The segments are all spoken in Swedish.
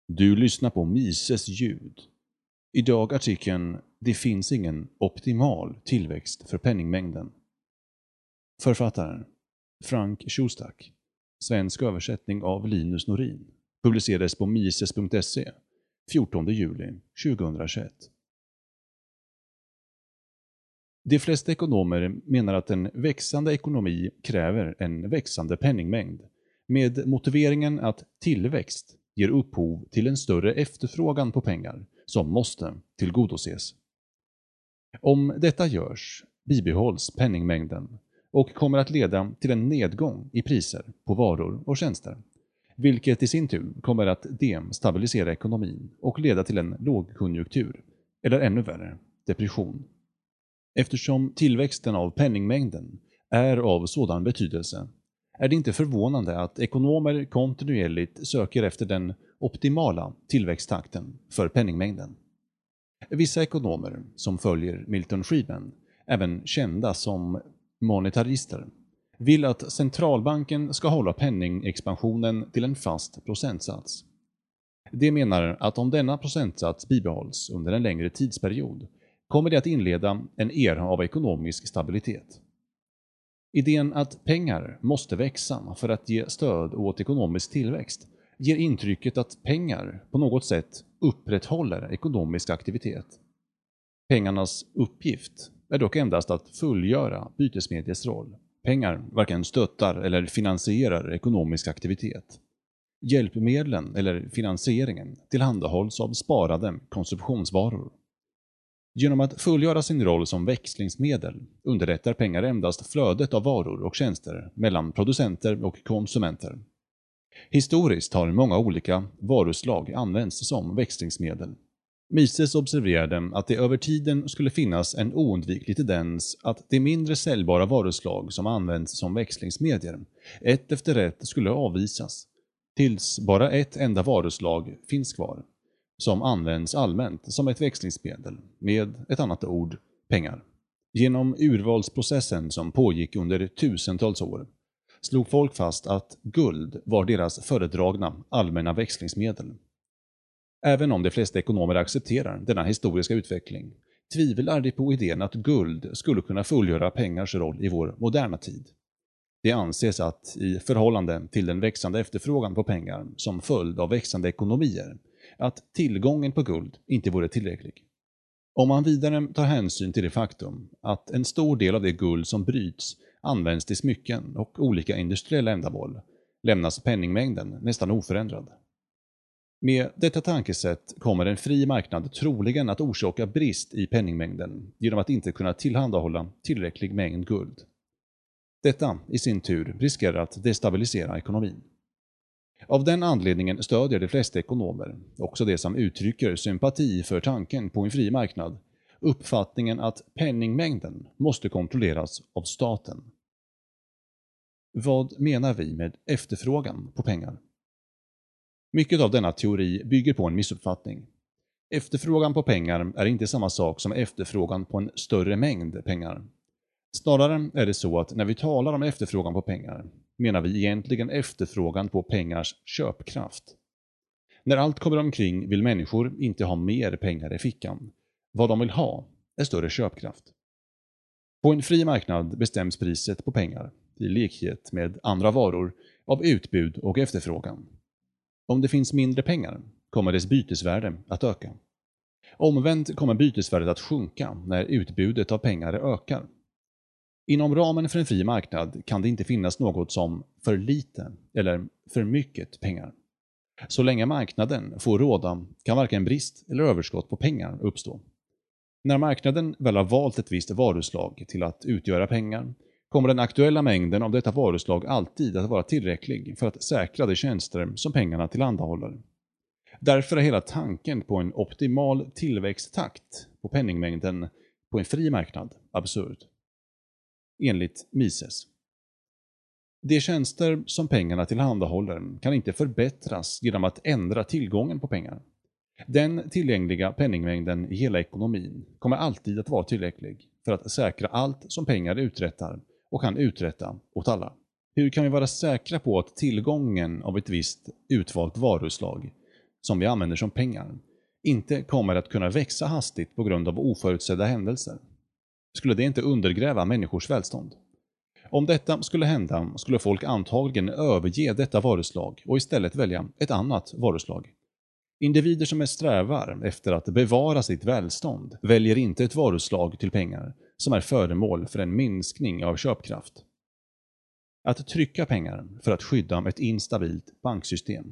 Du lyssnar på Mises ljud. Idag artikeln "Det finns ingen optimal tillväxt för penningmängden". Författaren Frank Shostak. Svensk översättning av Linus Norin. Publicerades på mises.se 14 juli 2021. De flesta ekonomer menar att en växande ekonomi kräver en växande penningmängd, med motiveringen att tillväxt ger upphov till en större efterfrågan på pengar som måste tillgodoses. Om detta görs bibehålls penningmängden och kommer att leda till en nedgång i priser på varor och tjänster, vilket i sin tur kommer att destabilisera ekonomin och leda till en lågkonjunktur, eller ännu värre, depression. Eftersom tillväxten av penningmängden är av sådan betydelse är det inte förvånande att ekonomer kontinuerligt söker efter den optimala tillväxttakten för penningmängden. Vissa ekonomer, som följer Milton Friedman, även kända som monetarister, vill att centralbanken ska hålla penningexpansionen till en fast procentsats. De menar att om denna procentsats bibehålls under en längre tidsperiod kommer det att inleda en era av ekonomisk stabilitet. Idén att pengar måste växa för att ge stöd åt ekonomisk tillväxt ger intrycket att pengar på något sätt upprätthåller ekonomisk aktivitet. Pengarnas uppgift är dock endast att fullgöra bytesmediets roll. Pengar varken stöttar eller finansierar ekonomisk aktivitet. Hjälpmedlen eller finansieringen tillhandahålls av sparade konsumtionsvaror. Genom att fullgöra sin roll som växlingsmedel underlättar pengar endast flödet av varor och tjänster mellan producenter och konsumenter. Historiskt har många olika varuslag använts som växlingsmedel. Mises observerade att det över tiden skulle finnas en oundviklig tendens att de mindre säljbara varuslag som används som växlingsmedier ett efter ett skulle avvisas, tills bara ett enda varuslag finns kvar, som används allmänt som ett växlingsmedel, med ett annat ord, pengar. Genom urvalsprocessen som pågick under tusentals år slog folk fast att guld var deras föredragna allmänna växlingsmedel. Även om de flesta ekonomer accepterar denna historiska utveckling, tvivlar de på idén att guld skulle kunna fullgöra pengars roll i vår moderna tid. Det anses att i förhållande till den växande efterfrågan på pengar som följd av växande ekonomier, att tillgången på guld inte vore tillräcklig. Om man vidare tar hänsyn till det faktum att en stor del av det guld som bryts används till smycken och olika industriella ändamål, lämnas penningmängden nästan oförändrad. Med detta tankesätt kommer en fri marknad troligen att orsaka brist i penningmängden genom att inte kunna tillhandahålla tillräcklig mängd guld. Detta i sin tur riskerar att destabilisera ekonomin. Av den anledningen stödjer de flesta ekonomer, också de som uttrycker sympati för tanken på en fri marknad, uppfattningen att penningmängden måste kontrolleras av staten. Vad menar vi med efterfrågan på pengar? Mycket av denna teori bygger på en missuppfattning. Efterfrågan på pengar är inte samma sak som efterfrågan på en större mängd pengar. Snarare är det så att när vi talar om efterfrågan på pengar menar vi egentligen efterfrågan på pengars köpkraft. När allt kommer omkring vill människor inte ha mer pengar i fickan. Vad de vill ha är större köpkraft. På en fri marknad bestäms priset på pengar, i likhet med andra varor, av utbud och efterfrågan. Om det finns mindre pengar kommer dess bytesvärde att öka. Omvänt kommer bytesvärdet att sjunka när utbudet av pengar ökar. Inom ramen för en fri marknad kan det inte finnas något som för lite eller för mycket pengar. Så länge marknaden får råda kan varken brist eller överskott på pengar uppstå. När marknaden väl har valt ett visst varuslag till att utgöra pengar kommer den aktuella mängden av detta varuslag alltid att vara tillräcklig för att säkra de tjänster som pengarna tillhandahåller. Därför är hela tanken på en optimal tillväxttakt på penningmängden på en fri marknad absurd. Enligt Mises. De tjänster som pengarna tillhandahåller kan inte förbättras genom att ändra tillgången på pengar. Den tillgängliga penningmängden i hela ekonomin kommer alltid att vara tillräcklig för att säkra allt som pengar uträttar och kan uträtta åt alla. Hur kan vi vara säkra på att tillgången av ett visst utvalt varuslag som vi använder som pengar, inte kommer att kunna växa hastigt på grund av oförutsedda händelser? Skulle det inte undergräva människors välstånd? Om detta skulle hända skulle folk antagligen överge detta varuslag och istället välja ett annat varuslag. Individer som strävar efter att bevara sitt välstånd väljer inte ett varuslag till pengar som är föremål för en minskning av köpkraft. Att trycka pengar för att skydda ett instabilt banksystem.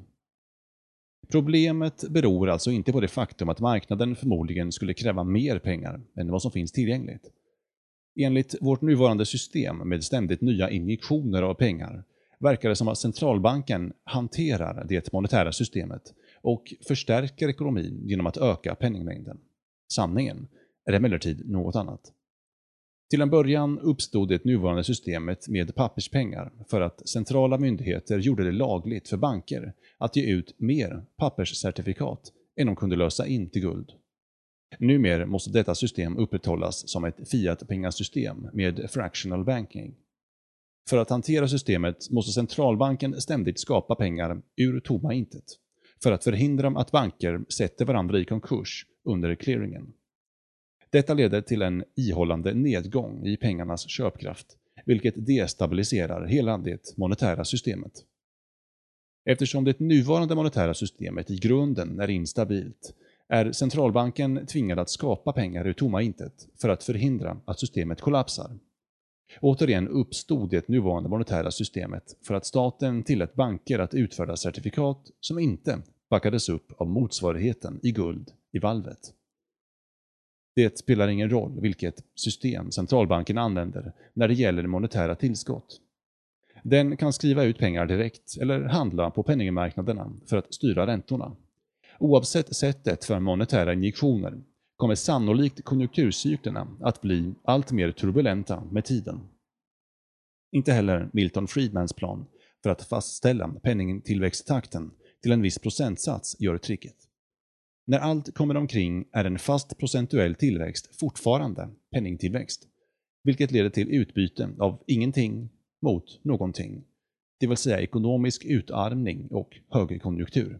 Problemet beror alltså inte på det faktum att marknaden förmodligen skulle kräva mer pengar än vad som finns tillgängligt. Enligt vårt nuvarande system med ständigt nya injektioner av pengar verkar det som att centralbanken hanterar det monetära systemet och förstärker ekonomin genom att öka penningmängden. Sanningen är emellertid något annat. Till en början uppstod det nuvarande systemet med papperspengar för att centrala myndigheter gjorde det lagligt för banker att ge ut mer papperscertifikat än de kunde lösa in till guld. Numera måste detta system upprätthållas som ett fiat-pengasystem med fractional banking. För att hantera systemet måste centralbanken ständigt skapa pengar ur tomma intet för att förhindra att banker sätter varandra i konkurs under clearingen. Detta leder till en ihållande nedgång i pengarnas köpkraft, vilket destabiliserar hela det monetära systemet. Eftersom det nuvarande monetära systemet i grunden är instabilt är centralbanken tvingad att skapa pengar ur tomma intet för att förhindra att systemet kollapsar. Återigen uppstod det nuvarande monetära systemet för att staten tillät banker att utfärda certifikat som inte backades upp av motsvarigheten i guld i valvet. Det spelar ingen roll vilket system centralbanken använder när det gäller monetära tillskott. Den kan skriva ut pengar direkt eller handla på penningmarknaderna för att styra räntorna. Oavsett sättet för monetära injektioner kommer sannolikt konjunkturcyklerna att bli allt mer turbulenta med tiden. Inte heller Milton Friedmans plan för att fastställa penningtillväxttakten till en viss procentsats gör tricket. När allt kommer omkring är en fast procentuell tillväxt fortfarande penningtillväxt, vilket leder till utbyte av ingenting mot någonting, det vill säga ekonomisk utarmning och högkonjunktur.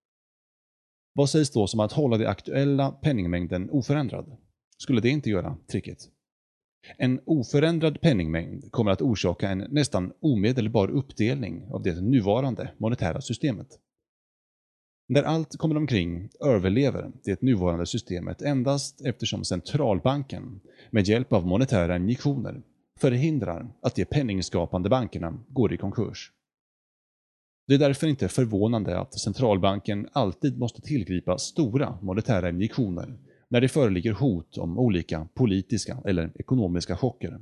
Vad sägs då som att hålla den aktuella penningmängden oförändrad? Skulle det inte göra tricket? En oförändrad penningmängd kommer att orsaka en nästan omedelbar uppdelning av det nuvarande monetära systemet. När allt kommer omkring överlever det nuvarande systemet endast eftersom centralbanken med hjälp av monetära injektioner förhindrar att de penningskapande bankerna går i konkurs. Det är därför inte förvånande att centralbanken alltid måste tillgripa stora monetära injektioner när det föreligger hot om olika politiska eller ekonomiska chocker.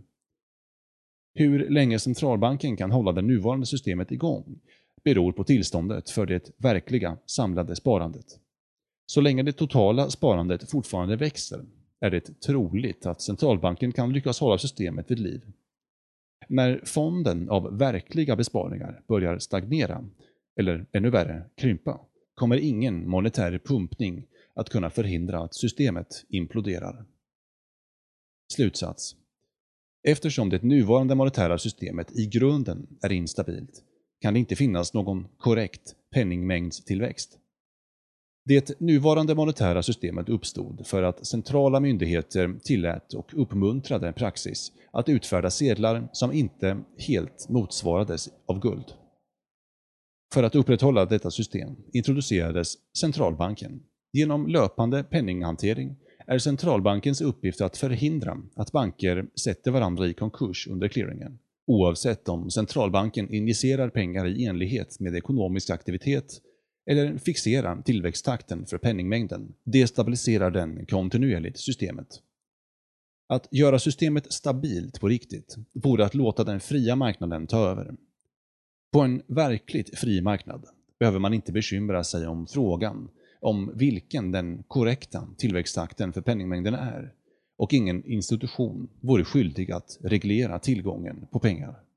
Hur länge centralbanken kan hålla det nuvarande systemet igång beror på tillståndet för det verkliga samlade sparandet. Så länge det totala sparandet fortfarande växer är det troligt att centralbanken kan lyckas hålla systemet vid liv. När fonden av verkliga besparingar börjar stagnera, eller ännu värre krympa, kommer ingen monetär pumpning att kunna förhindra att systemet imploderar. Slutsats. Eftersom det nuvarande monetära systemet i grunden är instabilt kan det inte finnas någon korrekt penningmängdstillväxt. Det nuvarande monetära systemet uppstod för att centrala myndigheter tillät och uppmuntrade praxis att utfärda sedlar som inte helt motsvarades av guld. För att upprätthålla detta system introducerades centralbanken. Genom löpande penninghantering är centralbankens uppgift att förhindra att banker sätter varandra i konkurs under clearingen. Oavsett om centralbanken injicerar pengar i enlighet med ekonomisk aktivitet eller fixerar tillväxttakten för penningmängden, destabiliserar den kontinuerligt systemet. Att göra systemet stabilt på riktigt vore att låta den fria marknaden ta över. På en verkligt fri marknad behöver man inte bekymra sig om frågan om vilken den korrekta tillväxttakten för penningmängden är, och ingen institution vore skyldig att reglera tillgången på pengar.